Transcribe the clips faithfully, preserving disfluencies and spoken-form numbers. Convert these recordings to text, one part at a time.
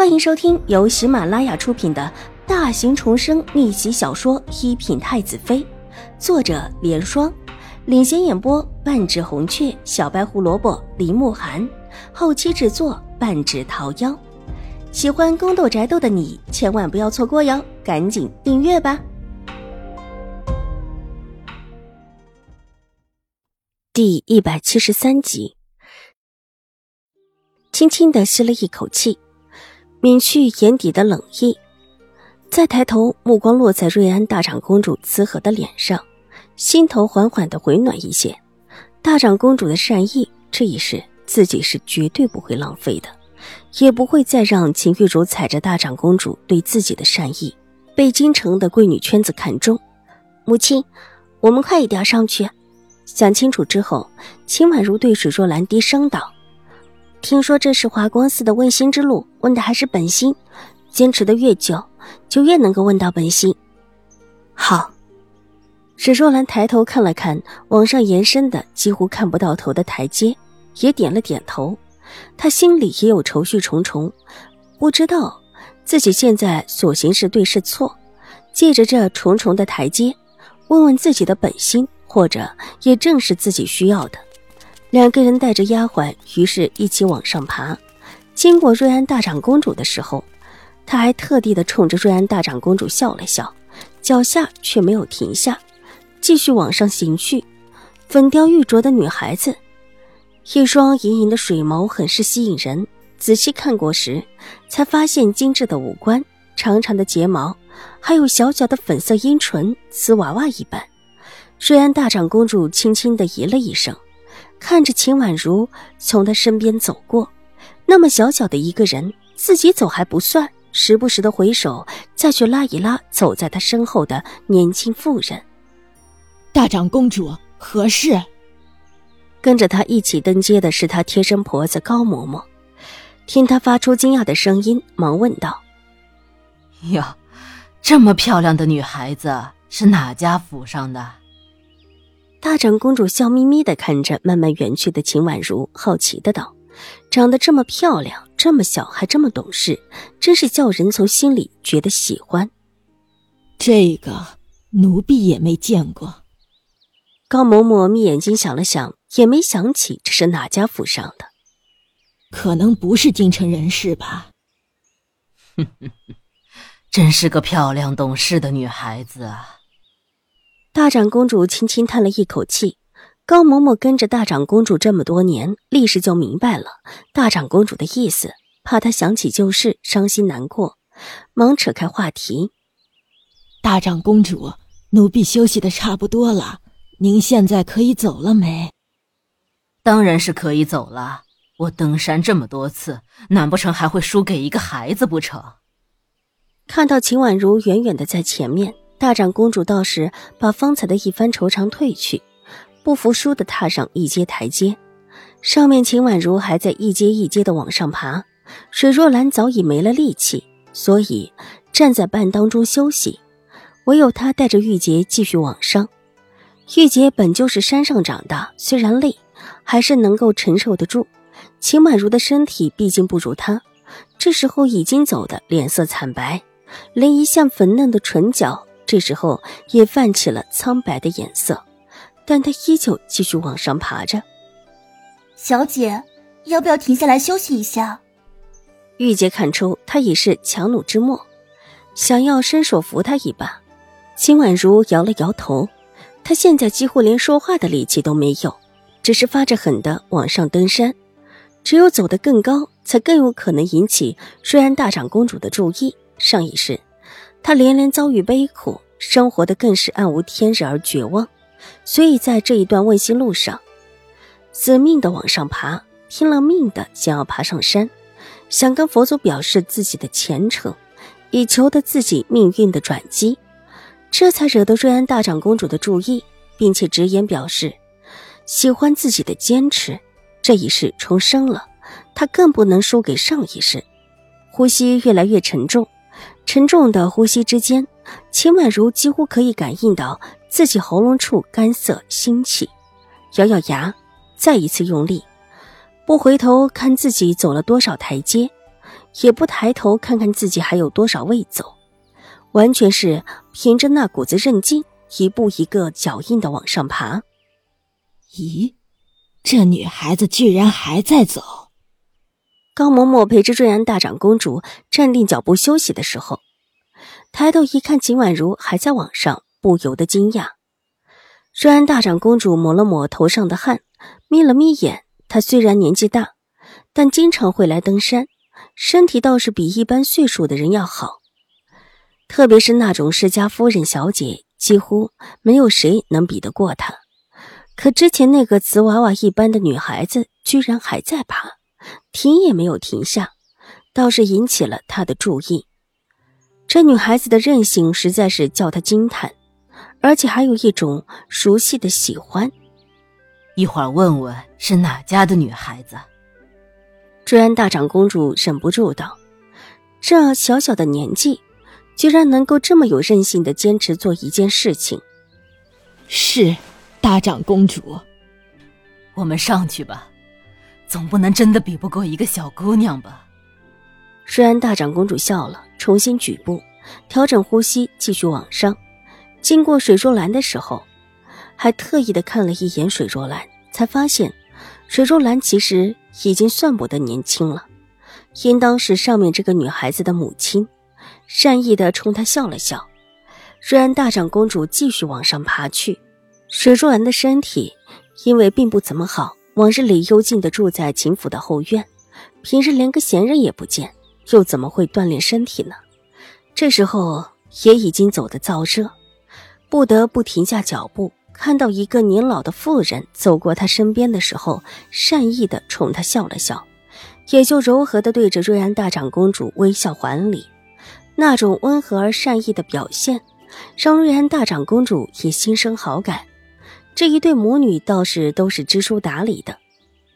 欢迎收听由喜马拉雅出品的大型重生逆袭小说《一品太子妃》，作者莲霜，领衔演播半指红雀、小白胡萝卜、林慕寒，后期制作半指桃夭。喜欢宫斗宅斗的你千万不要错过哟，赶紧订阅吧。第一百七十三集，轻轻地吸了一口气，抿去眼底的冷意，再抬头，目光落在瑞安大长公主慈和的脸上，心头缓缓地回暖一些。大长公主的善意，这一世自己是绝对不会浪费的，也不会再让秦玉茹踩着大长公主对自己的善意被京城的贵女圈子看中。母亲，我们快一点上去。想清楚之后，秦婉如对水若兰低声道，听说这是华光寺的问心之路，问的还是本心，坚持的越久，就越能够问到本心。好。水若兰抬头看了看往上延伸的几乎看不到头的台阶，也点了点头。她心里也有愁绪重重，不知道自己现在所行是对是错，借着这重重的台阶问问自己的本心，或者也正是自己需要的。两个人带着丫鬟于是一起往上爬。经过瑞安大长公主的时候，他还特地的冲着瑞安大长公主笑了笑，脚下却没有停下，继续往上行去。粉雕玉琢的女孩子，一双盈盈的水眸很是吸引人，仔细看过时才发现精致的五官，长长的睫毛，还有小小的粉色阴唇，瓷娃娃一般。瑞安大长公主轻轻地咦了一声，看着秦婉如从她身边走过，那么小小的一个人，自己走还不算，时不时的回首再去拉一拉走在她身后的年轻妇人。 大长公主何事？ 跟着她一起登阶的是她贴身婆子高嬷嬷，听她发出惊讶的声音，忙问道， 哟，这么漂亮的女孩子是哪家府上的？ 大长公主笑眯眯地看着慢慢远去的秦婉如，好奇的道，长得这么漂亮，这么小还这么懂事，真是叫人从心里觉得喜欢。 这个奴婢也没见过。 高嬷嬷眯眼睛想了想，也没想起这是哪家府上的。 可能不是京城人士吧。 哼哼哼，真是个漂亮懂事的女孩子啊。 大长公主轻轻叹了一口气，高嬷嬷跟着大长公主这么多年，立时就明白了大长公主的意思，怕她想起旧事伤心难过，忙扯开话题。 大长公主，奴婢休息的差不多了，您现在可以走了没？ 当然是可以走了，我登山这么多次，难不成还会输给一个孩子不成？ 看到秦婉如远远的在前面，大长公主倒是把方才的一番惆怅褪去，不服输地踏上一阶台阶。上面秦婉如还在一阶一阶地往上爬，水若兰早已没了力气，所以站在半当中休息，唯有她带着玉洁继续往上。玉洁本就是山上长大，虽然累，还是能够承受得住。秦婉如的身体毕竟不如她，这时候已经走得脸色惨白，连一向粉嫩的唇角这时候也泛起了苍白的颜色，但她依旧继续往上爬着。 小姐，要不要停下来休息一下？ 玉洁看出她已是强弩之末，想要伸手扶她一把。秦婉如摇了摇头，她现在几乎连说话的力气都没有，只是发着狠的往上登山。只有走得更高，才更有可能引起瑞安大长公主的注意。上一世她连连遭遇悲苦，生活的更是暗无天日而绝望，所以在这一段问心路上死命的往上爬，拼了命的想要爬上山，想跟佛祖表示自己的虔诚，以求得自己命运的转机。这才惹得瑞安大长公主的注意，并且直言表示喜欢自己的坚持，这一世重生了，她更不能输给上一世。呼吸越来越沉重，沉重的呼吸之间，秦婉如几乎可以感应到自己喉咙处干涩腥气，咬咬牙，再一次用力，不回头看自己走了多少台阶， 也不抬头看看自己还有多少未走，完全是凭着那股子韧劲，一步一个脚印的往上爬。 咦，这女孩子居然还在走。 高嬷嬷陪着瑞安大长公主站定脚步休息的时候，抬头一看秦婉如还在往上，不由得惊讶。瑞安大长公主抹了抹头上的汗，眯了眯眼，她虽然年纪大，但经常会来登山，身体倒是比一般岁数的人要好。特别是那种世家夫人小姐，几乎没有谁能比得过她。可之前那个瓷娃娃一般的女孩子居然还在爬，停也没有停下，倒是引起了她的注意。这女孩子的韧性实在是叫她惊叹，而且还有一种熟悉的喜欢。 一会儿问问是哪家的女孩子。 瑞安大长公主忍不住道，这小小的年纪居然能够这么有韧性地坚持做一件事情。 是大长公主。 我们上去吧，总不能真的比不过一个小姑娘吧。 瑞安大长公主笑了，重新举步，调整呼吸，继续往上。经过水若兰的时候，还特意的看了一眼水若兰，才发现水若兰其实已经算不得年轻了，应当是上面这个女孩子的母亲，善意的冲她笑了笑。瑞安大长公主继续往上爬去。水若兰的身体因为并不怎么好，往日里幽静的住在秦府的后院，平日连个闲人也不见，又怎么会锻炼身体呢？这时候也已经走得燥热，不得不停下脚步。看到一个年老的妇人走过他身边的时候，善意地冲他笑了笑，也就柔和地对着瑞安大长公主微笑还礼。那种温和而善意的表现让瑞安大长公主也心生好感。这一对母女倒是都是知书达理的。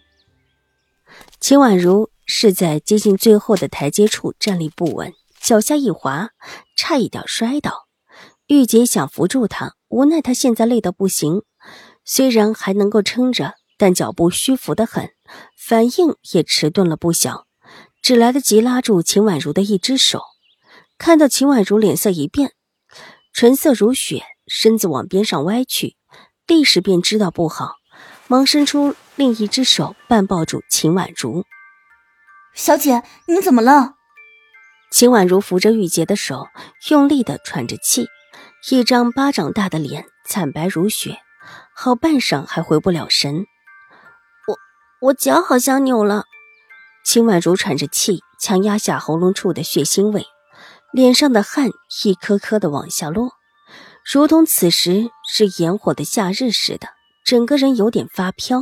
秦婉如是在接近最后的台阶处站立不稳，脚下一滑，差一点摔倒。玉洁想扶住她，无奈她现在累得不行，虽然还能够撑着，但脚步虚浮得很，反应也迟钝了不小，只来得及拉住秦婉如的一只手。看到秦婉如脸色一变，唇色如雪，身子往边上歪去，立时便知道不好，忙伸出另一只手半抱住秦婉如。 小姐，您怎么了？ 秦婉如扶着玉洁的手，用力地喘着气，一张巴掌大的脸惨白如雪，好半晌还回不了神。我我脚好像扭了。秦婉如喘着气，强压下喉咙处的血腥味，脸上的汗一颗颗地往下落，如同此时是炎火的夏日似的，整个人有点发飘。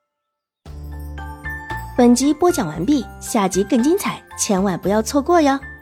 本集播讲完毕，下集更精彩，千万不要错过哟。